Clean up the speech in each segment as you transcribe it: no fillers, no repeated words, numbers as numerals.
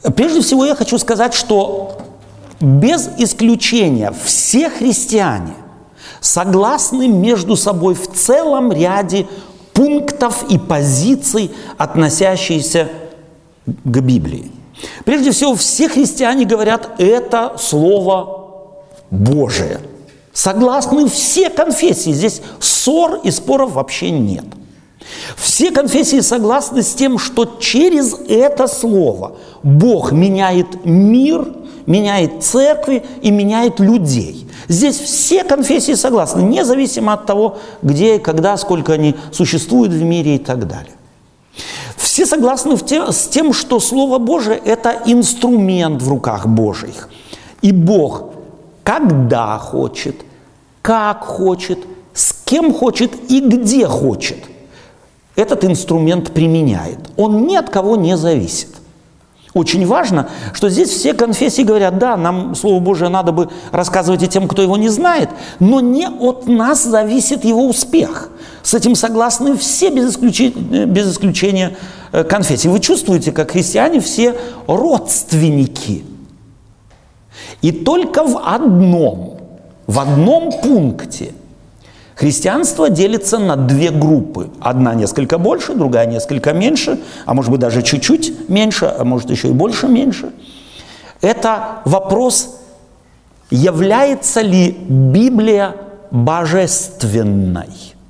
Прежде всего я хочу сказать, что без исключения все христиане согласны между собой в целом ряде пунктов и позиций, относящихся к Библии. Прежде всего, все христиане говорят, это Слово Божие. Согласны все конфессии. Здесь ссор и споров вообще нет. Все конфессии согласны с тем, что через это Слово Бог меняет мир, меняет церкви и меняет людей. Здесь все конфессии согласны, независимо от того, где, когда, сколько они существуют в мире и так далее. Все согласны с тем, что Слово Божие – это инструмент в руках Божьих. И Бог, когда хочет, как хочет, с кем хочет и где хочет, этот инструмент применяет. Он ни от кого не зависит. Очень важно, что здесь все конфессии говорят, да, нам Слово Божие надо бы рассказывать и тем, кто его не знает, но не от нас зависит его успех. С этим согласны все, без исключения конфессий. Вы чувствуете, как христиане все родственники. И только в одном пункте христианство делится на две группы. Одна несколько больше, другая несколько меньше, а может быть даже чуть-чуть меньше, а может еще и больше-меньше. Это вопрос, является ли Библия божественной?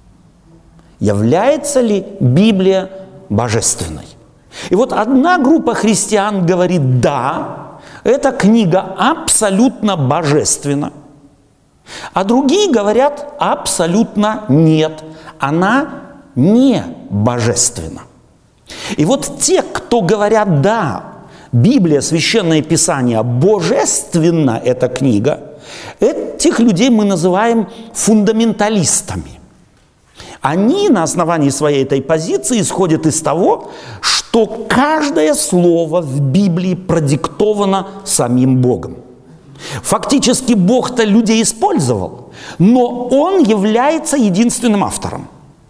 Является ли Библия божественной? И вот одна группа христиан говорит, да, эта книга абсолютно божественна. А другие говорят, абсолютно нет, она не божественна. И вот те, кто говорят, да, Библия, Священное Писание, божественна эта книга, этих людей мы называем фундаменталистами. Они на основании своей этой позиции исходят из того, что каждое слово в Библии продиктовано самим Богом. Фактически Бог-то людей использовал, но Он является единственным автором.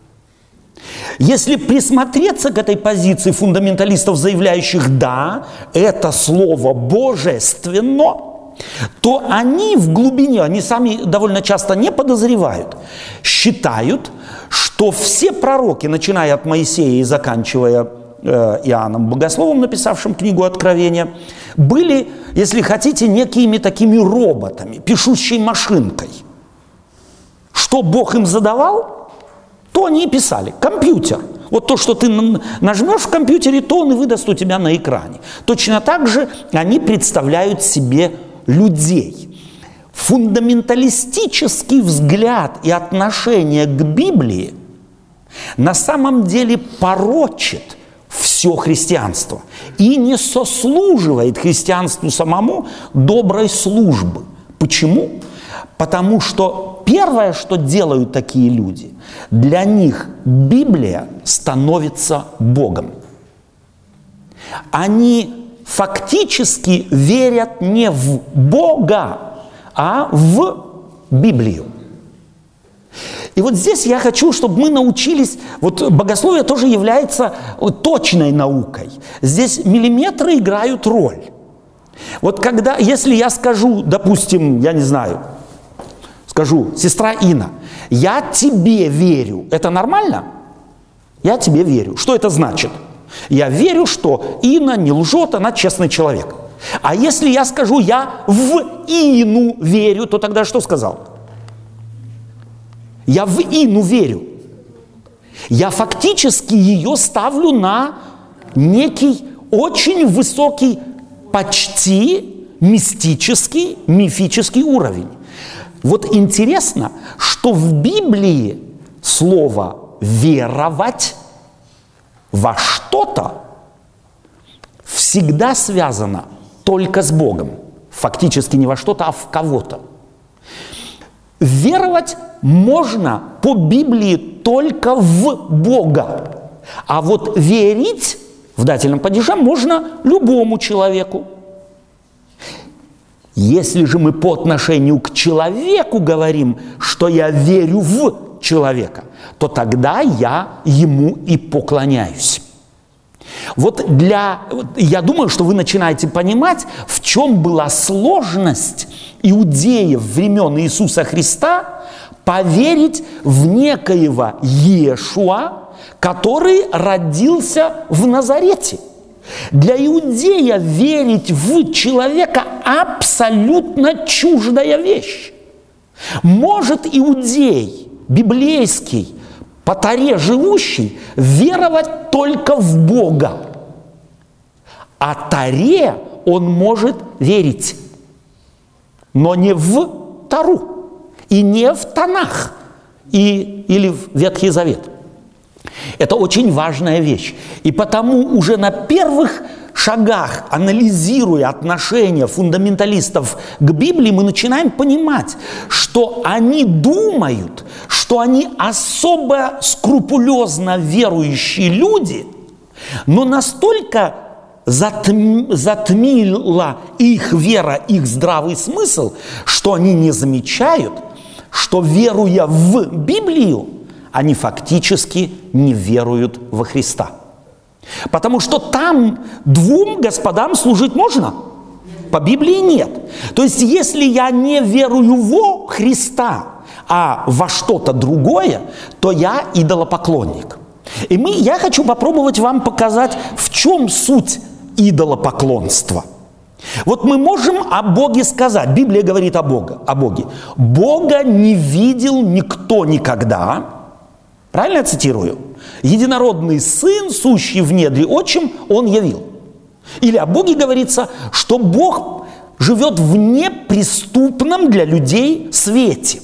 Если присмотреться к этой позиции фундаменталистов, заявляющих «да, это Слово божественно», то они в глубине, они сами довольно часто не подозревают, считают, что все пророки, начиная от Моисея и заканчивая Иоанном Богословом, написавшим книгу Откровения, были, если хотите, некими такими роботами, пишущей машинкой. Что Бог им задавал, то они и писали. Компьютер. Вот то, что ты нажмешь в компьютере, то он и выдаст у тебя на экране. Точно так же они представляют себе людей. Фундаменталистический взгляд и отношение к Библии на самом деле порочит все христианство и не сослуживает христианству самому доброй службы. Почему? Потому что первое, что делают такие люди, для них Библия становится Богом. Они фактически верят не в Бога, а в Библию. И вот здесь я хочу, чтобы мы научились, вот богословие тоже является точной наукой. Здесь миллиметры играют роль. Вот когда, если я скажу, допустим, я не знаю, скажу, сестра Инна, я тебе верю, это нормально? Я тебе верю. Что это значит? Я верю, что Инна не лжет, она честный человек. А если я скажу, я в Инну верю, то тогда что сказал? Я в Инну верю. Я фактически ее ставлю на некий очень высокий, почти мистический, мифический уровень. Вот интересно, что в Библии слово «веровать» во что-то всегда связано только с Богом. Фактически не во что-то, а в кого-то. Веровать можно по Библии только в Бога. А вот верить в дательном падеже можно любому человеку. Если же мы по отношению к человеку говорим, что я верю в человека, то тогда я ему и поклоняюсь. Я думаю, что вы начинаете понимать, в чем была сложность иудеев времен Иисуса Христа поверить в некоего Иешуа, который родился в Назарете. Для иудея верить в человека абсолютно чуждая вещь. Может иудей, библейский, по Торе живущий, веровать только в Бога. А Торе он может верить, но не в Тору, и не в Танах, или в Ветхий Завет. Это очень важная вещь. И потому уже на первых шагах, анализируя отношения фундаменталистов к Библии, мы начинаем понимать, что они думают, что они особо скрупулезно верующие люди, но настолько затмила их вера, их здравый смысл, что они не замечают, что, веруя в Библию, они фактически не веруют во Христа. Потому что там двум господам служить можно? По Библии нет. То есть, если я не верую во Христа, а во что-то другое, то я идолопоклонник. И я хочу попробовать вам показать, в чем суть идолопоклонства. Вот мы можем о Боге сказать, Библия говорит о Боге. Бога не видел никто никогда. Правильно я цитирую? Единородный Сын, сущий в недре отчим, Он явил. Или о Боге говорится, что Бог живет в неприступном для людей свете.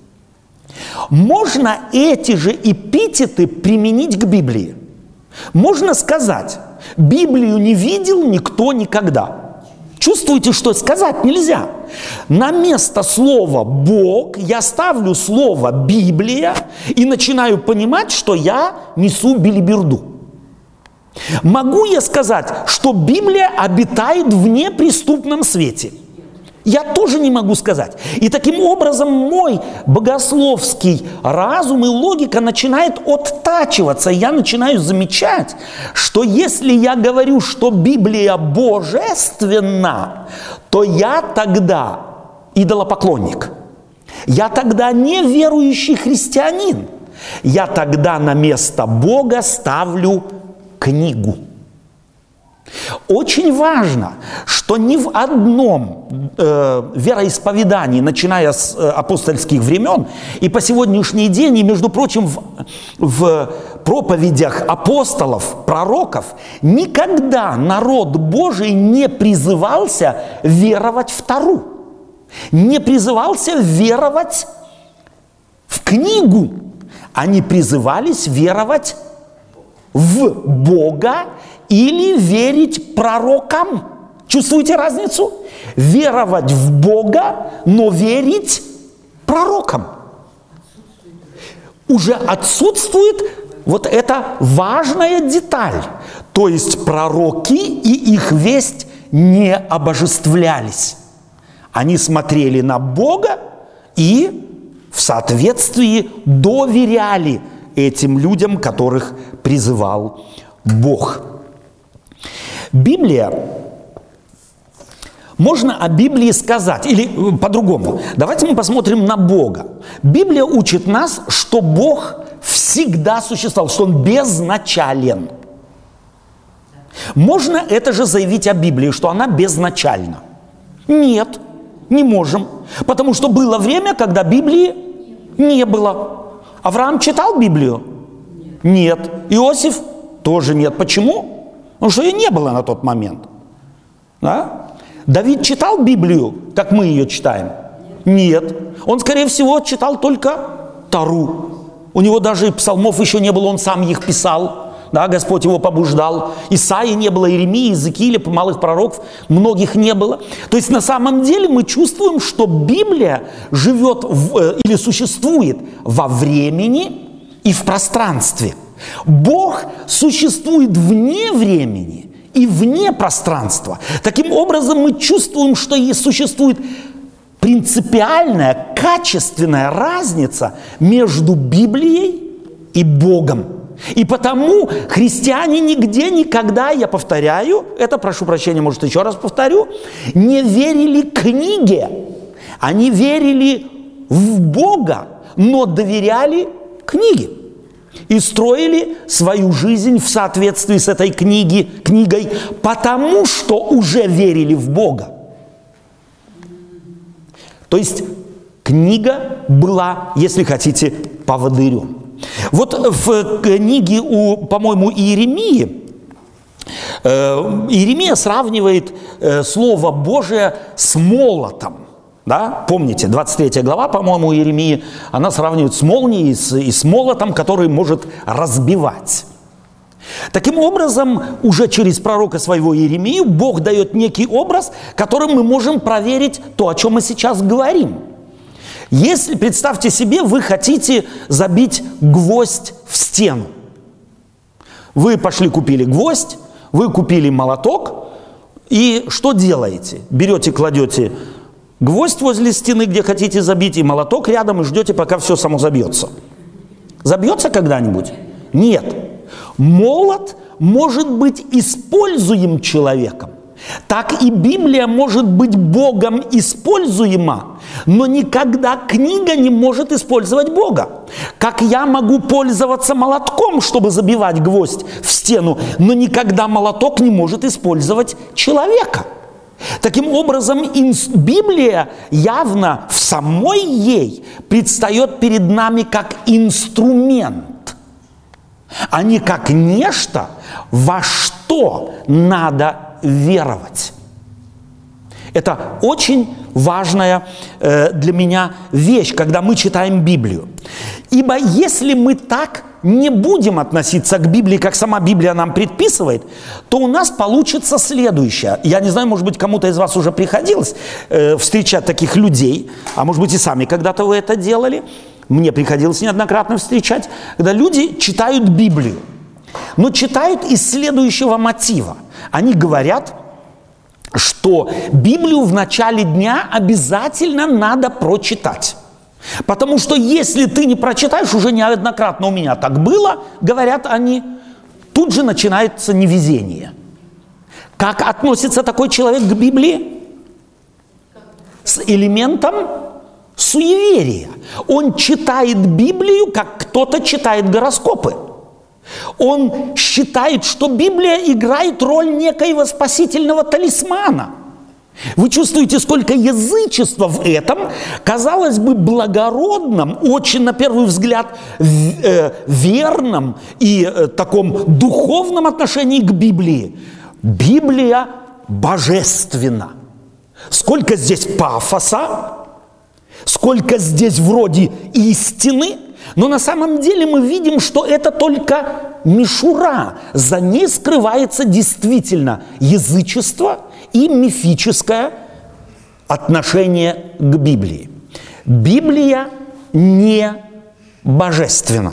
Можно эти же эпитеты применить к Библии. Можно сказать, Библию не видел никто никогда. Чувствуете, что сказать нельзя? На место слова «Бог» я ставлю слово «Библия» и начинаю понимать, что я несу белиберду. Могу я сказать, что Библия обитает в неприступном свете? Я тоже не могу сказать. И таким образом мой богословский разум и логика начинает оттачиваться. Я начинаю замечать, что если я говорю, что Библия божественна, то я тогда идолопоклонник. Я тогда не верующий христианин. Я тогда на место Бога ставлю книгу. Очень важно, что ни в одном вероисповедании, начиная с апостольских времен, и по сегодняшний день, и, между прочим, в проповедях апостолов, пророков, никогда народ Божий не призывался веровать в Тору, не призывался веровать в книгу. Они призывались веровать в Бога или верить пророкам. Чувствуете разницу? Веровать в Бога, но верить пророкам. Уже отсутствует вот эта важная деталь. То есть пророки и их весть не обожествлялись. Они смотрели на Бога и в соответствии доверяли этим людям, которых призывал Бог. Библия, можно о Библии сказать, или по-другому, давайте мы посмотрим на Бога. Библия учит нас, что Бог всегда существовал, что Он безначален. Можно это же заявить о Библии, что она безначальна? Нет, не можем, потому что было время, когда Библии не было. Авраам читал Библию? Нет. Иосиф? Тоже нет. Почему? Потому что ее не было на тот момент. Да? Давид читал Библию, как мы ее читаем? Нет. Он, скорее всего, читал только Тору. У него даже псалмов еще не было, он сам их писал. Да, Господь его побуждал. Исаии не было, Иеремии, Иезекииля, малых пророков, многих не было. То есть на самом деле мы чувствуем, что Библия живет или существует во времени и в пространстве. Бог существует вне времени и вне пространства. Таким образом, мы чувствуем, что существует принципиальная, качественная разница между Библией и Богом. И потому христиане нигде никогда, я повторяю, это, прошу прощения, может, еще раз повторю, не верили книге. Они верили в Бога, но доверяли книге. И строили свою жизнь в соответствии с этой книгой, потому что уже верили в Бога. То есть книга была, если хотите, поводырем. Вот в книге, по-моему, Иеремии, Иеремия сравнивает Слово Божие с молотом. Да? Помните, 23 глава, по-моему, Иеремии, она сравнивает с молнией и с молотом, который может разбивать. Таким образом, уже через пророка своего Иеремию Бог дает некий образ, которым мы можем проверить то, о чем мы сейчас говорим. Если, представьте себе, вы хотите забить гвоздь в стену. Вы пошли купили гвоздь, вы купили молоток, и что делаете? Берете, кладете гвоздь возле стены, где хотите забить, и молоток рядом, и ждете, пока все само забьется. Забьется когда-нибудь? Нет. Молот может быть используем человеком. Так и Библия может быть Богом используема, но никогда книга не может использовать Бога. Как я могу пользоваться молотком, чтобы забивать гвоздь в стену, но никогда молоток не может использовать человека. Таким образом, Библия явно в самой ей предстает перед нами как инструмент, а не как нечто, во что надо веровать. Это очень важная для меня вещь, когда мы читаем Библию. Ибо если мы так не будем относиться к Библии, как сама Библия нам предписывает, то у нас получится следующее. Я не знаю, может быть, кому-то из вас уже приходилось встречать таких людей, а может быть, и сами когда-то вы это делали. Мне приходилось неоднократно встречать, когда люди читают Библию, но читают из следующего мотива. Они говорят, что Библию в начале дня обязательно надо прочитать. Потому что если ты не прочитаешь, уже неоднократно у меня так было, говорят они, тут же начинается невезение. Как относится такой человек к Библии? С элементом суеверия. Он читает Библию, как кто-то читает гороскопы. Он считает, что Библия играет роль некоего спасительного талисмана. Вы чувствуете, сколько язычества в этом, казалось бы, благородном, очень, на первый взгляд, верном и таком духовном отношении к Библии. Библия божественна. Сколько здесь пафоса, сколько здесь вроде истины, но на самом деле мы видим, что это только мишура. За ней скрывается действительно язычество и мифическое отношение к Библии. Библия не божественна.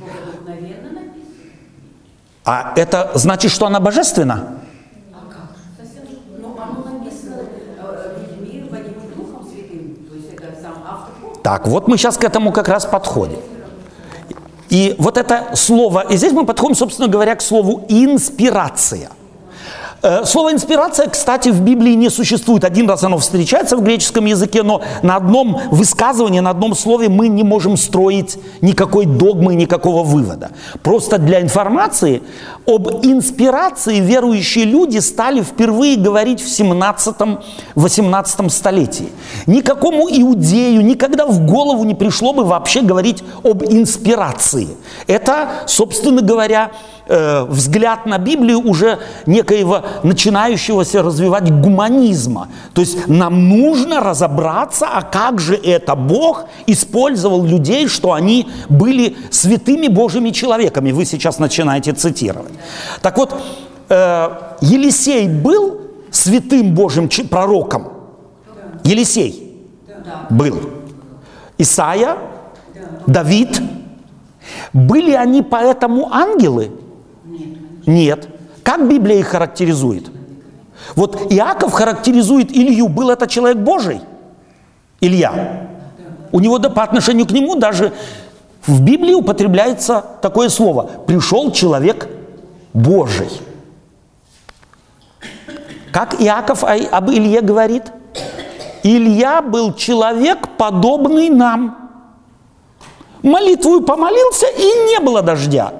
А это значит, что она божественна? А как? Совсем. Ну, оно написано людьми, водимым Духом Святым. То есть это сам автор. Так, вот мы сейчас к этому как раз подходим. И вот это слово, и здесь мы подходим, собственно говоря, к слову «инспирация». Слово «инспирация», кстати, в Библии не существует. Один раз оно встречается в греческом языке, но на одном высказывании, на одном слове мы не можем строить никакой догмы, никакого вывода. Просто для информации об инспирации верующие люди стали впервые говорить в 17-18 столетии. Никакому иудею никогда в голову не пришло бы вообще говорить об инспирации. Это, собственно говоря, взгляд на Библию уже некоего начинающегося развивать гуманизма. То есть нам нужно разобраться, а как же это Бог использовал людей, что они были святыми Божьими человеками. Вы сейчас начинаете цитировать. Так вот, Елисей был святым Божьим пророком? Елисей был. Исаия? Давид? Были они поэтому ангелы? Нет. Как Библия их характеризует? Вот Иаков характеризует Илью. Был это человек Божий? Илья. У него по отношению к нему даже В Библии употребляется такое слово: «пришел человек Божий». Как Иаков об Илье говорит: Илья был человек, подобный нам. Молитву помолился, и не было дождя.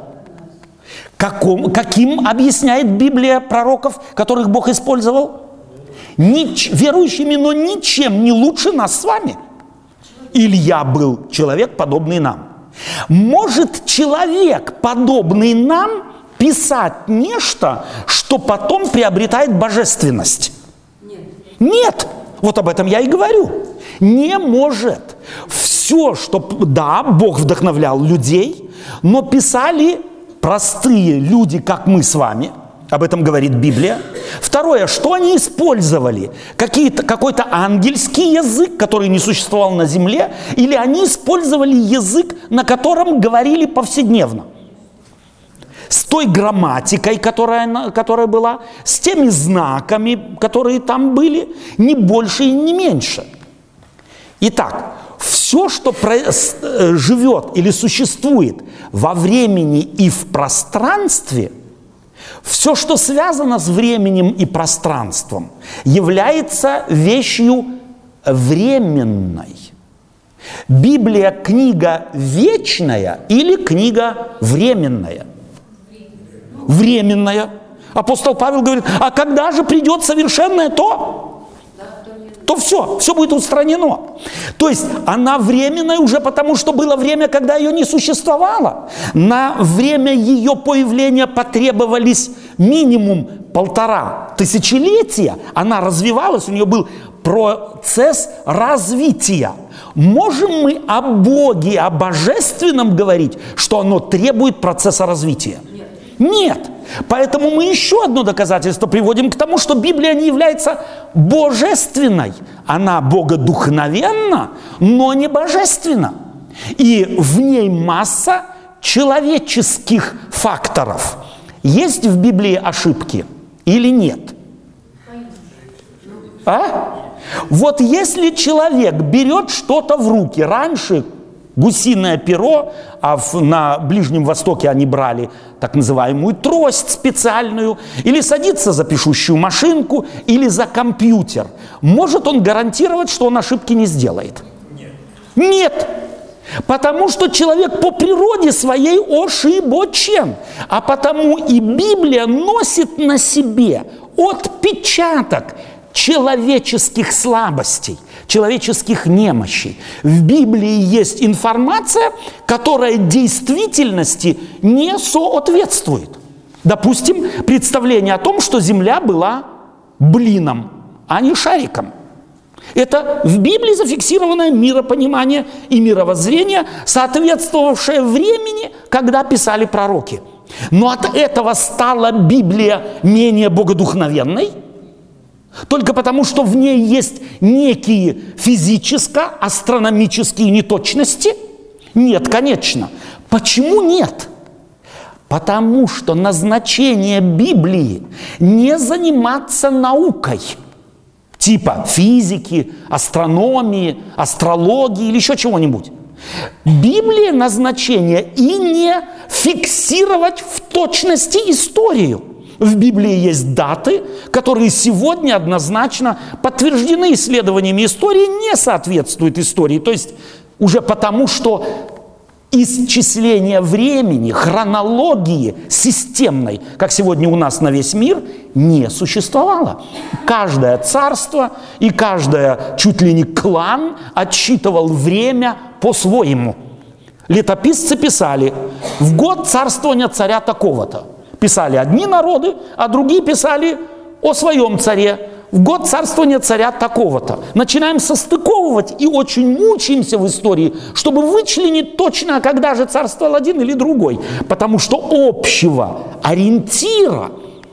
Каким объясняет Библия пророков, которых Бог использовал? Верующими, но ничем не лучше нас с вами. Илья был человек, подобный нам. Может человек, подобный нам, писать нечто, что потом приобретает божественность? Нет. Вот об этом я и говорю. Не может. Все, что... Да, Бог вдохновлял людей, но писали простые люди, как мы с вами. Об этом говорит Библия. Второе, что они использовали? Какой-то ангельский язык, который не существовал на земле, или они использовали язык, на котором говорили повседневно? С той грамматикой, которая была, с теми знаками, которые там были, не больше и не меньше. Итак, все, что живет или существует во времени и в пространстве, все, что связано с временем и пространством, является вещью временной. Библия – книга вечная или книга временная? Временная. Апостол Павел говорит: а когда же придет совершенное то все будет устранено. То есть она временная уже потому, что было время, когда ее не существовало. На время ее появления потребовались минимум 1,5 тысячелетия. Она развивалась, у нее был процесс развития. Можем мы о Боге, о Божественном говорить, что оно требует процесса развития? Нет. Поэтому мы еще одно доказательство приводим к тому, что Библия не является божественной. Она богодухновенна, но не божественна. И в ней масса человеческих факторов. Есть в Библии ошибки или нет? Вот если человек берет что-то в руки, раньше гусиное перо, а на Ближнем Востоке они брали так называемую трость специальную, или садится за пишущую машинку, или за компьютер, может он гарантировать, что он ошибки не сделает? Нет. Потому что человек по природе своей ошибочен. А потому и Библия носит на себе отпечаток человеческих слабостей, человеческих немощей. В Библии есть информация, которая действительности не соответствует. Допустим, представление о том, что Земля была блином, а не шариком. Это в Библии зафиксированное миропонимание и мировоззрение, соответствовавшее времени, когда писали пророки. Но от этого стала Библия менее богодухновенной, только потому, что в ней есть некие физическо-астрономические неточности? Нет, конечно. Почему нет? Потому что назначение Библии не заниматься наукой, типа физики, астрономии, астрологии или еще чего-нибудь. Библия назначение и не фиксировать в точности историю. В Библии есть даты, которые сегодня однозначно подтверждены исследованиями истории, не соответствуют истории. То есть уже потому, что исчисление времени, хронологии системной, как сегодня у нас на весь мир, не существовало. Каждое царство и каждое чуть ли не клан отсчитывал время по-своему. Летописцы писали: в год царствования царя такого-то. Писали одни народы, а другие писали о своем царе. В год царствования царя такого-то. Начинаем состыковывать и очень мучаемся в истории, чтобы вычленить точно, когда же царствовал один или другой. Потому что общего ориентира,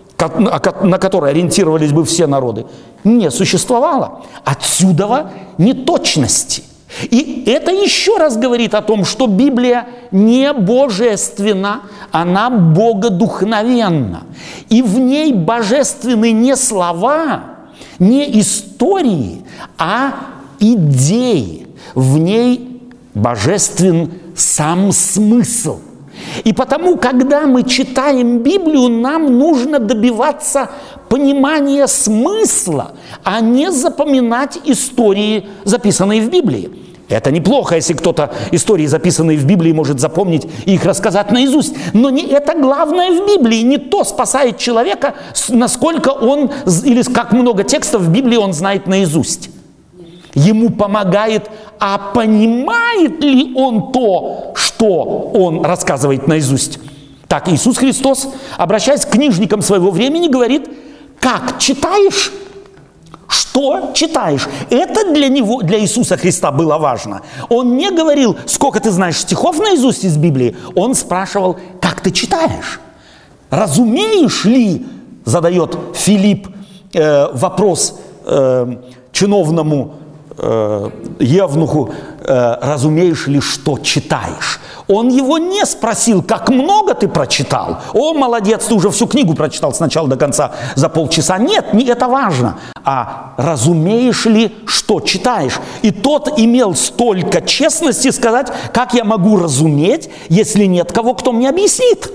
на который ориентировались бы все народы, не существовало. Отсюда неточности. И это еще раз говорит о том, что Библия не божественна, она богодухновенна. И в ней божественны не слова, не истории, а идеи. В ней божествен сам смысл. И потому, когда мы читаем Библию, нам нужно добиваться понимания смысла, а не запоминать истории, записанные в Библии. Это неплохо, если кто-то истории, записанные в Библии, может запомнить и их рассказать наизусть. Но не это главное в Библии. Не то спасает человека, насколько он, или как много текстов в Библии он знает наизусть. Ему помогает, а понимает ли он то, что он рассказывает наизусть. Так Иисус Христос, обращаясь к книжникам своего времени, говорит: как читаешь? Что читаешь? Это для него, для Иисуса Христа было важно. Он не говорил, сколько ты знаешь стихов наизусть из Библии. Он спрашивал, как ты читаешь? Разумеешь ли, задает Филипп вопрос чиновному евнуху, разумеешь ли, что читаешь? Он его не спросил, как много ты прочитал. О, молодец, ты уже всю книгу прочитал с начала до конца за полчаса. Нет, не это важно. А разумеешь ли, что читаешь? И тот имел столько честности сказать, как я могу разуметь, если нет кого, кто мне объяснит.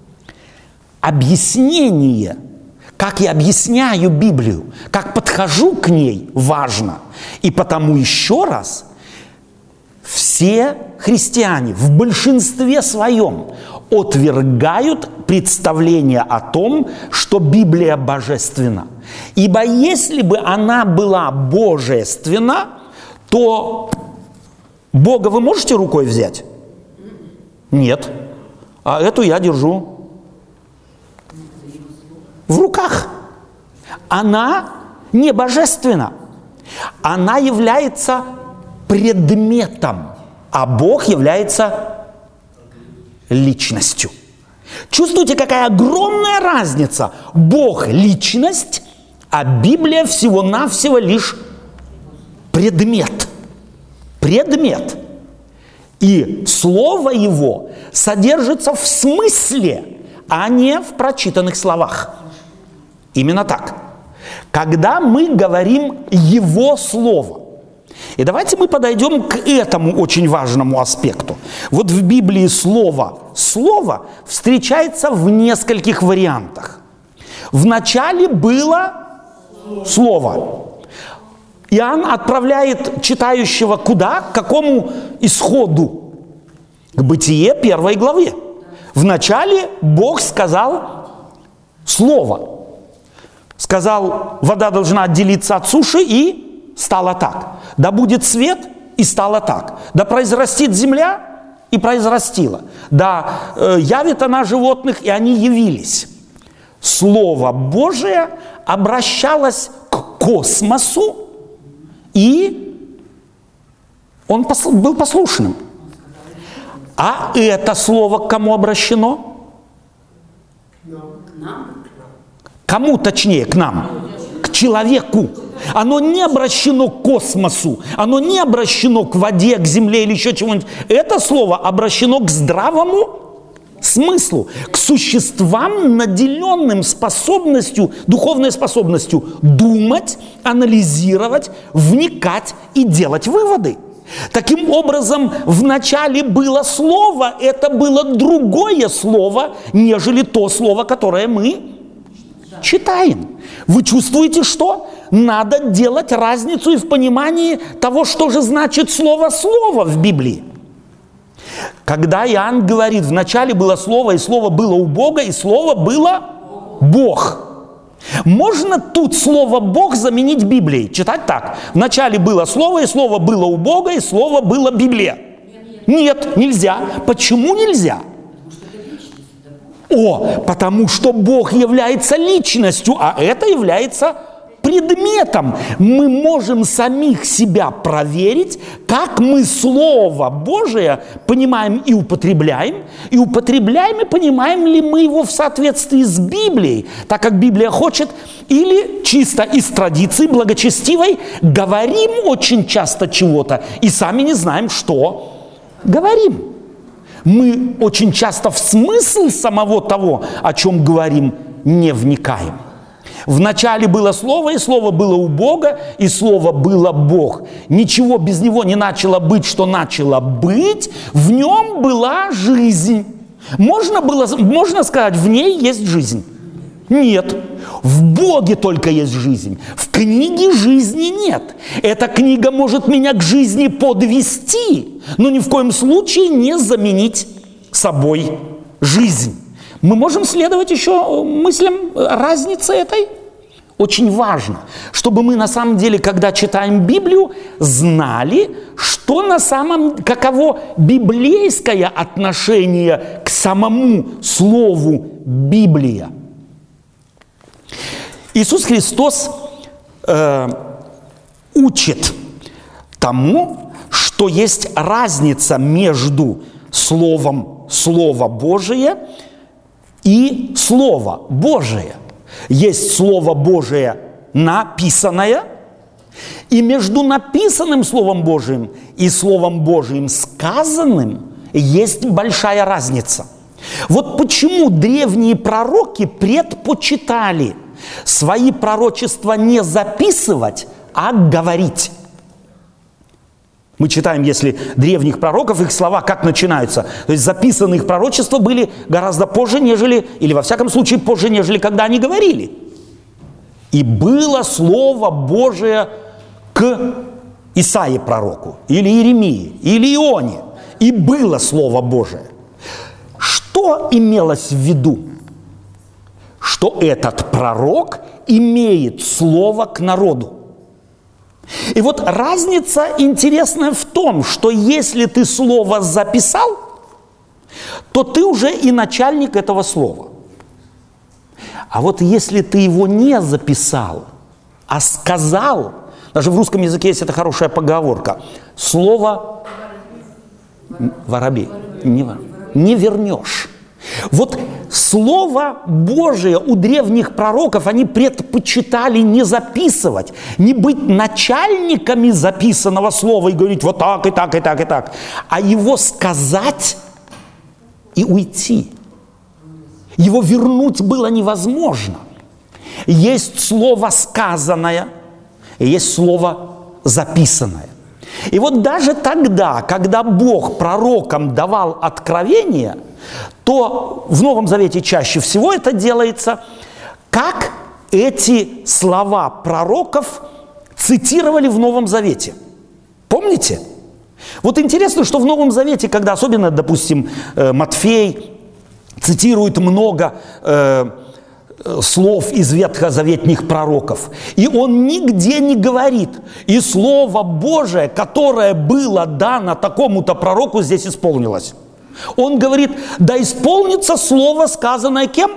Объяснение, как я объясняю Библию, как подхожу к ней, важно. И потому еще раз, все христиане в большинстве своем отвергают представление о том, что Библия божественна. Ибо если бы она была божественна, то Бога вы можете рукой взять? Нет. А эту я держу в руках. Она не божественна. Она является предметом, а Бог является личностью. Чувствуете, какая огромная разница? Бог – личность, а Библия всего-навсего лишь предмет. Предмет. И слово его содержится в смысле, а не в прочитанных словах. Именно так. Когда мы говорим «его слово», и давайте мы подойдем к этому очень важному аспекту. Вот в Библии слово встречается в нескольких вариантах. Вначале было слово. Иоанн отправляет читающего куда? К какому исходу? К Бытие 1 главе. Вначале Бог сказал слово. Сказал, вода должна отделиться от суши, и стало так. Да будет свет, и стало так. Да произрастит земля, и произрастила. Да явит она животных, и они явились. Слово Божие обращалось к космосу, и он был послушным. А это слово к кому обращено? Кому, точнее, к нам? К человеку. Оно не обращено к космосу, оно не обращено к воде, к земле или еще чему-нибудь. Это слово обращено к здравому смыслу, к существам, наделенным способностью, духовной способностью думать, анализировать, вникать и делать выводы. Таким образом, вначале было слово, это было другое слово, нежели то слово, которое мы читаем. Вы чувствуете, что? Надо делать разницу и в понимании того, что же значит слово «слово» в Библии. Когда Иоанн говорит, вначале было слово, и слово было у Бога, и слово было Бог. Можно тут слово «Бог» заменить Библией? Читать так. Вначале было слово, и слово было у Бога, и слово было Библия. Нет, нельзя. Почему нельзя? Потому что Бог является личностью, а это является предметом. Мы можем самих себя проверить, как мы Слово Божие понимаем и употребляем и понимаем ли мы его в соответствии с Библией, так как Библия хочет, или чисто из традиции благочестивой говорим очень часто чего-то и сами не знаем, что говорим. Мы очень часто в смысл самого того, о чем говорим, не вникаем. Вначале было Слово, и Слово было у Бога, и Слово было Бог. Ничего без Него не начало быть, что начало быть. В Нем была жизнь. Можно сказать, в ней есть жизнь? Нет. В Боге только есть жизнь. В книге жизни нет. Эта книга может меня к жизни подвести, но ни в коем случае не заменить собой жизнь. Мы можем следовать еще мыслям разницы этой? Очень важно, чтобы мы на самом деле, когда читаем Библию, знали, что каково библейское отношение к самому слову Библия. Иисус Христос учит тому, что есть разница между словом Слово Божие и Слово Божие. Есть Слово Божие написанное, и между написанным Словом Божиим и Словом Божиим сказанным есть большая разница. Вот почему древние пророки предпочитали свои пророчества не записывать, а говорить. Мы читаем, если древних пророков, их слова как начинаются. То есть записанные их пророчества были гораздо позже, или во всяком случае позже, нежели когда они говорили. И было Слово Божие к Исаии пророку, или Иеремии, или Ионе. И было Слово Божие. Что имелось в виду? Что этот пророк имеет слово к народу. И вот разница интересная в том, что если ты слово записал, то ты уже и начальник этого слова. А вот если ты его не записал, а сказал, даже в русском языке есть эта хорошая поговорка, слово воробей не вернешь. Вот Слово Божие у древних пророков они предпочитали не записывать, не быть начальниками записанного слова и говорить вот так, и так, и так, и так, а его сказать и уйти. Его вернуть было невозможно. Есть слово сказанное, и есть слово записанное. И вот даже тогда, когда Бог пророкам давал откровение, то в Новом Завете чаще всего это делается, как эти слова пророков цитировали в Новом Завете. Помните? Вот интересно, что в Новом Завете, когда особенно, допустим, Матфей цитирует много слов из ветхозаветных пророков, и он нигде не говорит, и Слово Божие, которое было дано такому-то пророку, здесь исполнилось. Он говорит, да исполнится слово, сказанное кем?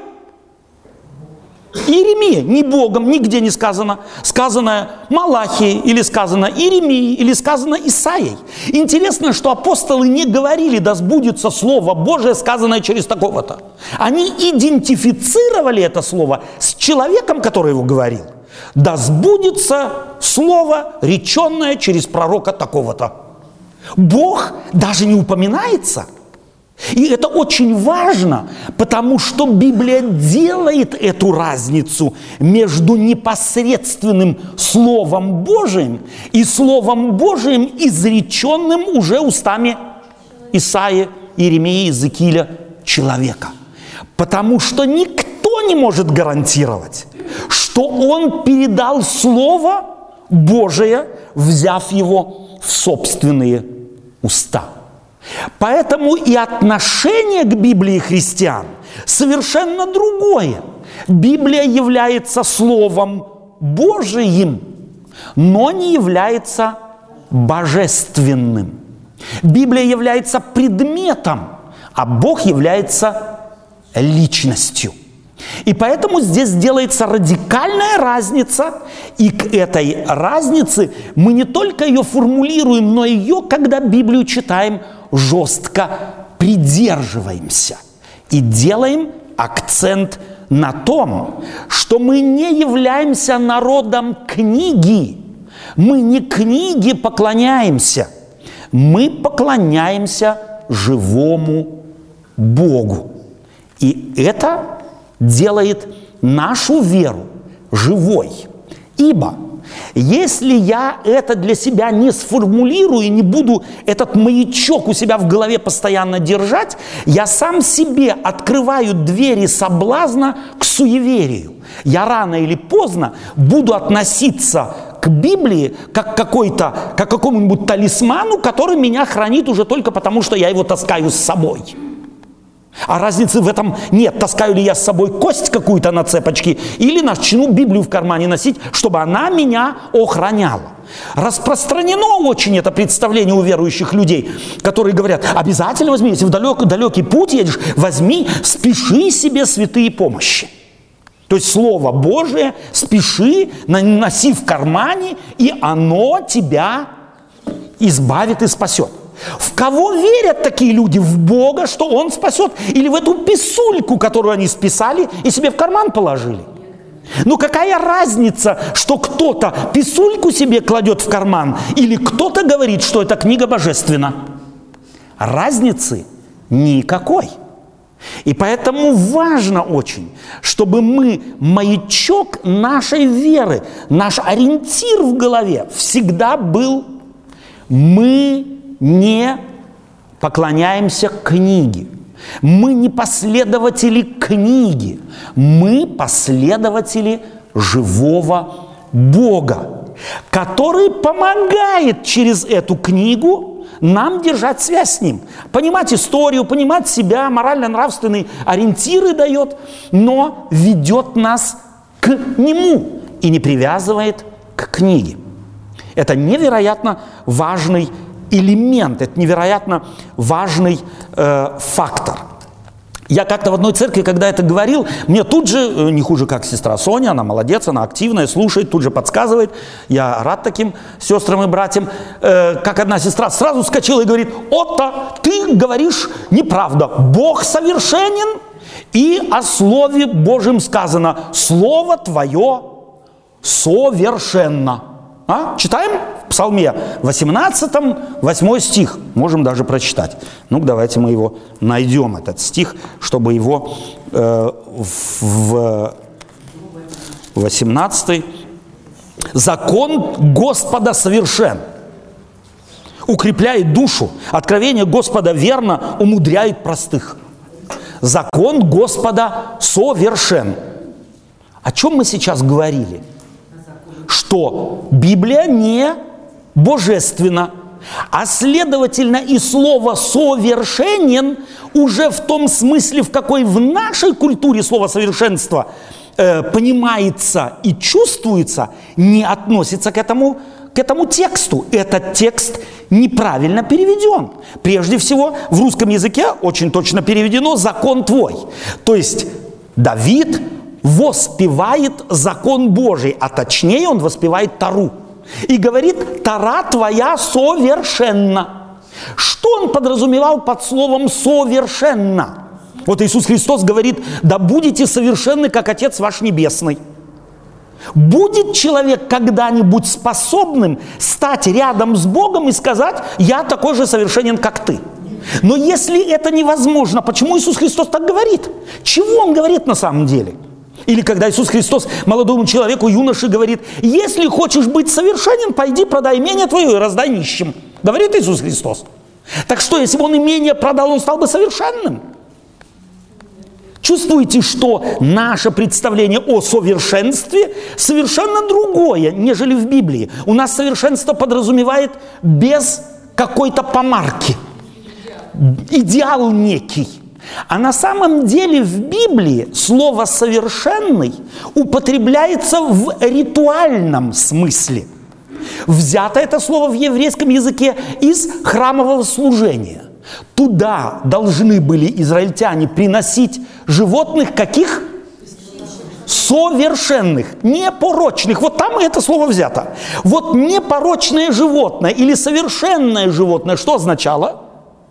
Иеремии, не Богом, нигде не сказано. Сказанное Малахией, или сказано Иеремией, или сказано Исаией. Интересно, что апостолы не говорили, да сбудется Слово Божие, сказанное через такого-то. Они идентифицировали это слово с человеком, который его говорил. Да сбудется Слово, реченное через пророка такого-то. Бог даже не упоминается. И это очень важно, потому что Библия делает эту разницу между непосредственным Словом Божиим и Словом Божиим, изреченным уже устами Исаии, Иеремии, Иезекииля, человека. Потому что никто не может гарантировать, что он передал Слово Божие, взяв его в собственные уста. Поэтому и отношение к Библии христиан совершенно другое. Библия является Словом Божиим, но не является божественным. Библия является предметом, а Бог является личностью. И поэтому здесь делается радикальная разница, и к этой разнице мы не только ее формулируем, но ее, когда Библию читаем, жестко придерживаемся и делаем акцент на том, что мы не являемся народом книги, мы не книге поклоняемся, мы поклоняемся живому Богу. И это делает нашу веру живой. Ибо если я это для себя не сформулирую и не буду этот маячок у себя в голове постоянно держать, я сам себе открываю двери соблазна к суеверию. Я рано или поздно буду относиться к Библии как к какому-нибудь талисману, который меня хранит уже только потому, что я его таскаю с собой. А разницы в этом нет, таскаю ли я с собой кость какую-то на цепочке или начну Библию в кармане носить, чтобы она меня охраняла. Распространено очень это представление у верующих людей, которые говорят: обязательно возьми, если в далекий путь едешь, возьми, спеши себе святые помощи. То есть Слово Божие спеши, носи в кармане, и оно тебя избавит и спасет. В кого верят такие люди? В Бога, что Он спасет? Или в эту писульку, которую они списали и себе в карман положили? Ну какая разница, что кто-то писульку себе кладет в карман, или кто-то говорит, что эта книга божественна? Разницы никакой. И поэтому важно очень, чтобы мы маячок нашей веры, наш ориентир в голове всегда был: мы не поклоняемся книге. Мы не последователи книги. Мы последователи живого Бога, который помогает через эту книгу нам держать связь с Ним. Понимать историю, понимать себя, морально-нравственные ориентиры дает, но ведет нас к Нему и не привязывает к книге. Это невероятно важный элемент, это невероятно важный фактор. Я как-то в одной церкви, когда это говорил, мне тут же, не хуже как сестра Соня, она молодец, она активная, слушает, тут же подсказывает. Я рад таким сестрам и братьям. Как одна сестра сразу вскочила и говорит: Отто, ты говоришь неправда. Бог совершенен, и о Слове Божьем сказано: Слово Твое совершенно. Читаем в Псалме 18, 8 стих. Можем даже прочитать. Ну-ка, давайте мы его найдем, этот стих, чтобы его в 18. «Закон Господа совершен, укрепляет душу. Откровение Господа верно, умудряет простых». Закон Господа совершен. О чем мы сейчас говорили? Что Библия не божественна, а следовательно и слово «совершенен» уже в том смысле, в какой в нашей культуре слово «совершенство» понимается и чувствуется, не относится к этому тексту. Этот текст неправильно переведен. Прежде всего, в русском языке очень точно переведено «закон твой». То есть Давид воспевает закон Божий, а точнее он воспевает Тору. И говорит: Тора твоя совершенна. Что он подразумевал под словом «совершенно»? Вот Иисус Христос говорит: да будете совершенны, как Отец ваш Небесный. Будет человек когда-нибудь способным стать рядом с Богом и сказать: я такой же совершенен, как ты? Но если это невозможно, почему Иисус Христос так говорит? Чего он говорит на самом деле? Или когда Иисус Христос молодому человеку, юноше, говорит: если хочешь быть совершенен, пойди продай имение твое и раздай нищим. Говорит Иисус Христос. Так что, если бы он имение продал, он стал бы совершенным? Чувствуете, что наше представление о совершенстве совершенно другое, нежели в Библии. У нас совершенство подразумевает без какой-то помарки. Идеал некий. А на самом деле в Библии слово «совершенный» употребляется в ритуальном смысле. Взято это слово в еврейском языке из храмового служения. Туда должны были израильтяне приносить животных каких? Совершенных, непорочных. Вот там это слово взято. Вот непорочное животное или совершенное животное что означало?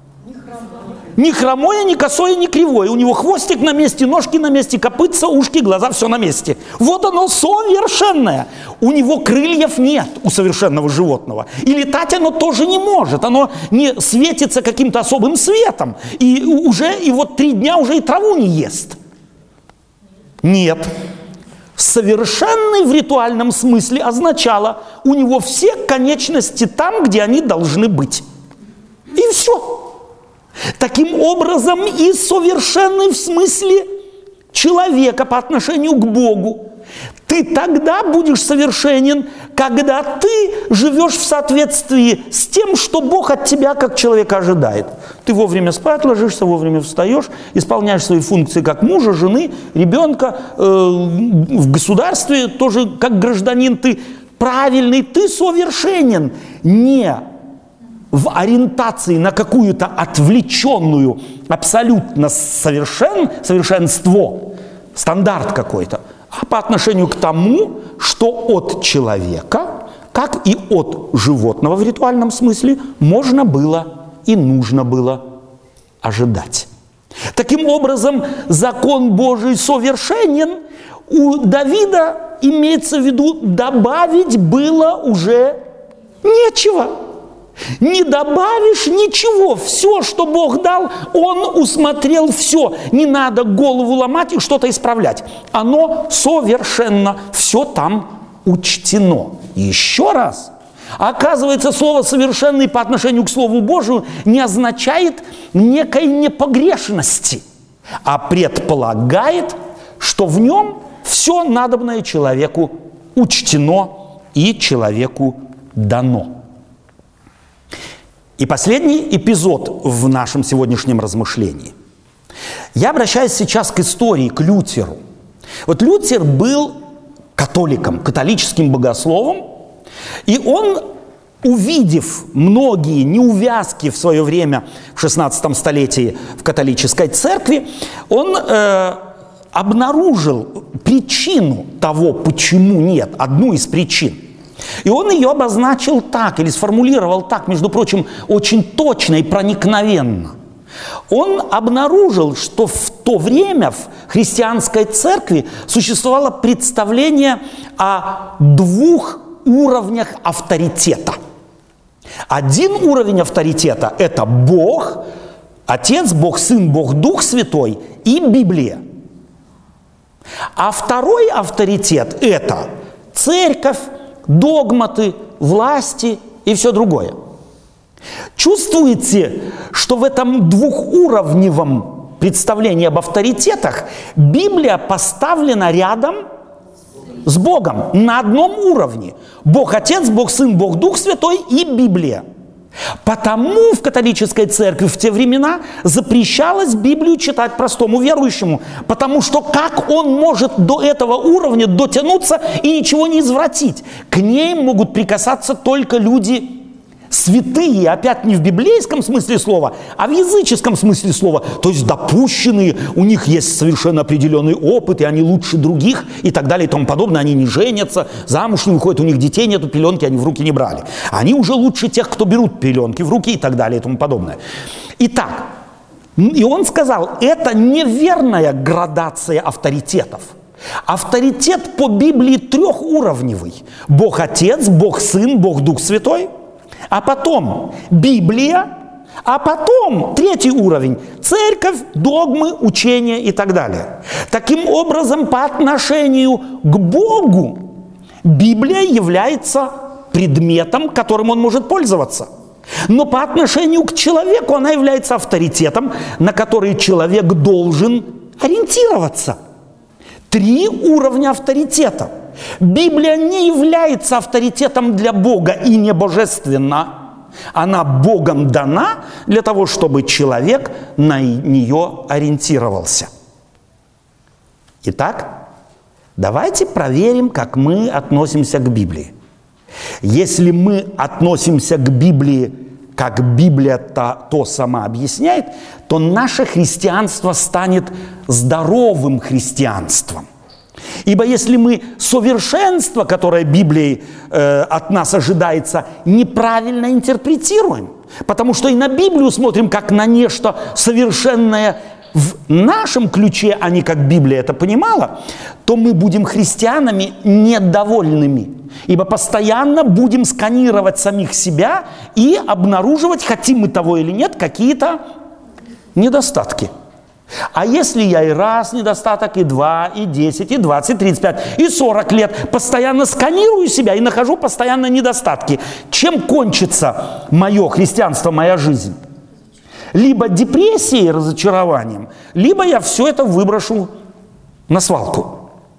Ни хромое, ни косое, ни кривое. У него хвостик на месте, ножки на месте, копытца, ушки, глаза, все на месте. Вот оно совершенное. У него крыльев нет, у совершенного животного. И летать оно тоже не может. Оно не светится каким-то особым светом. И вот 3 дня уже и траву не ест. Нет. Совершенный в ритуальном смысле означало, у него все конечности там, где они должны быть. И все. Таким образом, и совершенный в смысле человека по отношению к Богу. Ты тогда будешь совершенен, когда ты живешь в соответствии с тем, что Бог от тебя как человека ожидает. Ты вовремя спать ложишься, вовремя встаешь, исполняешь свои функции как мужа, жены, ребенка, в государстве тоже как гражданин ты правильный, ты совершенен. Не в ориентации на какую-то отвлеченную абсолютно совершенство, стандарт какой-то, а по отношению к тому, что от человека, как и от животного в ритуальном смысле, можно было и нужно было ожидать. Таким образом, закон Божий совершенен. У Давида, имеется в виду, добавить было уже нечего. Не добавишь ничего. Все, что Бог дал, Он усмотрел все. Не надо голову ломать и что-то исправлять. Оно совершенно, все там учтено. И еще раз, оказывается, слово «совершенный» по отношению к Слову Божию не означает некой непогрешности, а предполагает, что в нем все надобное человеку учтено и человеку дано. И последний эпизод в нашем сегодняшнем размышлении. Я обращаюсь сейчас к истории, к Лютеру. Вот Лютер был католиком, католическим богословом, и он, увидев многие неувязки в свое время, в 16 столетии в католической церкви, он обнаружил причину того, почему нет, одну из причин. И он ее обозначил так, или сформулировал так, между прочим, очень точно и проникновенно. Он обнаружил, что в то время в христианской церкви существовало представление о двух уровнях авторитета. Один уровень авторитета – это Бог, Отец, Бог Сын, Бог Дух Святой и Библия. А второй авторитет – это церковь, догматы, власти и все другое. Чувствуете, что в этом двухуровневом представлении об авторитетах Библия поставлена рядом с Богом на одном уровне. Бог Отец, Бог Сын, Бог Дух Святой и Библия. Потому в католической церкви в те времена запрещалось Библию читать простому верующему, потому что как он может до этого уровня дотянуться и ничего не извратить? К ней могут прикасаться только люди святые, опять не в библейском смысле слова, а в языческом смысле слова, то есть допущенные, у них есть совершенно определенный опыт, и они лучше других, и так далее, и тому подобное, они не женятся, замуж не выходят, у них детей нету, пеленки они в руки не брали. Они уже лучше тех, кто берут пеленки в руки, и так далее, и тому подобное. Итак, и он сказал, это неверная градация авторитетов. Авторитет по Библии трехуровневый. Бог Отец, Бог Сын, Бог Дух Святой. А потом Библия, а потом третий уровень – церковь, догмы, учения и так далее. Таким образом, по отношению к Богу Библия является предметом, которым он может пользоваться. Но по отношению к человеку она является авторитетом, на который человек должен ориентироваться. 3 уровня авторитета. Библия не является авторитетом для Бога и не божественна. Она Богом дана для того, чтобы человек на нее ориентировался. Итак, давайте проверим, как мы относимся к Библии. Если мы относимся к Библии, как Библия то сама объясняет, то наше христианство станет здоровым христианством. Ибо если мы совершенство, которое Библией от нас ожидается, неправильно интерпретируем, потому что и на Библию смотрим как на нечто совершенное в нашем ключе, а не как Библия это понимала, то мы будем христианами недовольными. Ибо постоянно будем сканировать самих себя и обнаруживать, хотим мы того или нет, какие-то недостатки. А если я и раз недостаток, и 2, и 10, и 20, и 35, и 40 лет постоянно сканирую себя и нахожу постоянно недостатки, чем кончится мое христианство, моя жизнь? Либо депрессией, разочарованием, либо я все это выброшу на свалку.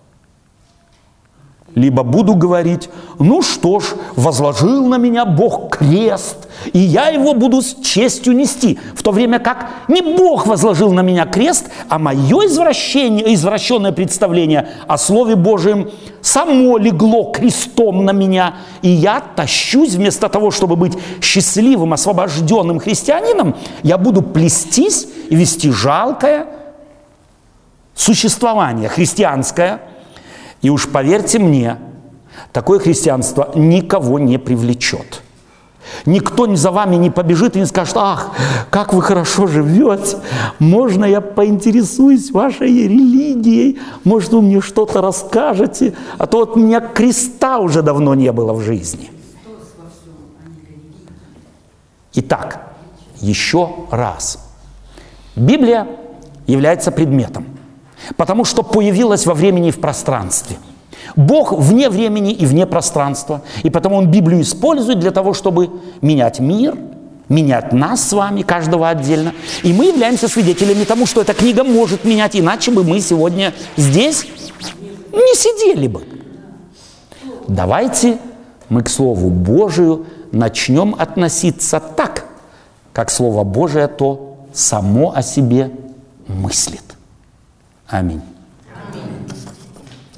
Либо буду говорить: ну что ж, возложил на меня Бог крест, и я его буду с честью нести. В то время как не Бог возложил на меня крест, а мое извращенное представление о Слове Божьем само легло крестом на меня. И я тащусь, вместо того, чтобы быть счастливым, освобожденным христианином, я буду плестись и вести жалкое существование христианское. И уж поверьте мне, такое христианство никого не привлечет. Никто за вами не побежит и не скажет: ах, как вы хорошо живете, можно я поинтересуюсь вашей религией, может, вы мне что-то расскажете, а то вот у меня креста уже давно не было в жизни. Итак, еще раз. Библия является предметом, потому что появилась во времени и в пространстве. Бог вне времени и вне пространства, и потому Он Библию использует для того, чтобы менять мир, менять нас с вами, каждого отдельно. И мы являемся свидетелями тому, что эта книга может менять, иначе бы мы сегодня здесь не сидели бы. Давайте мы к Слову Божию начнем относиться так, как Слово Божие то само о себе мыслит. Аминь.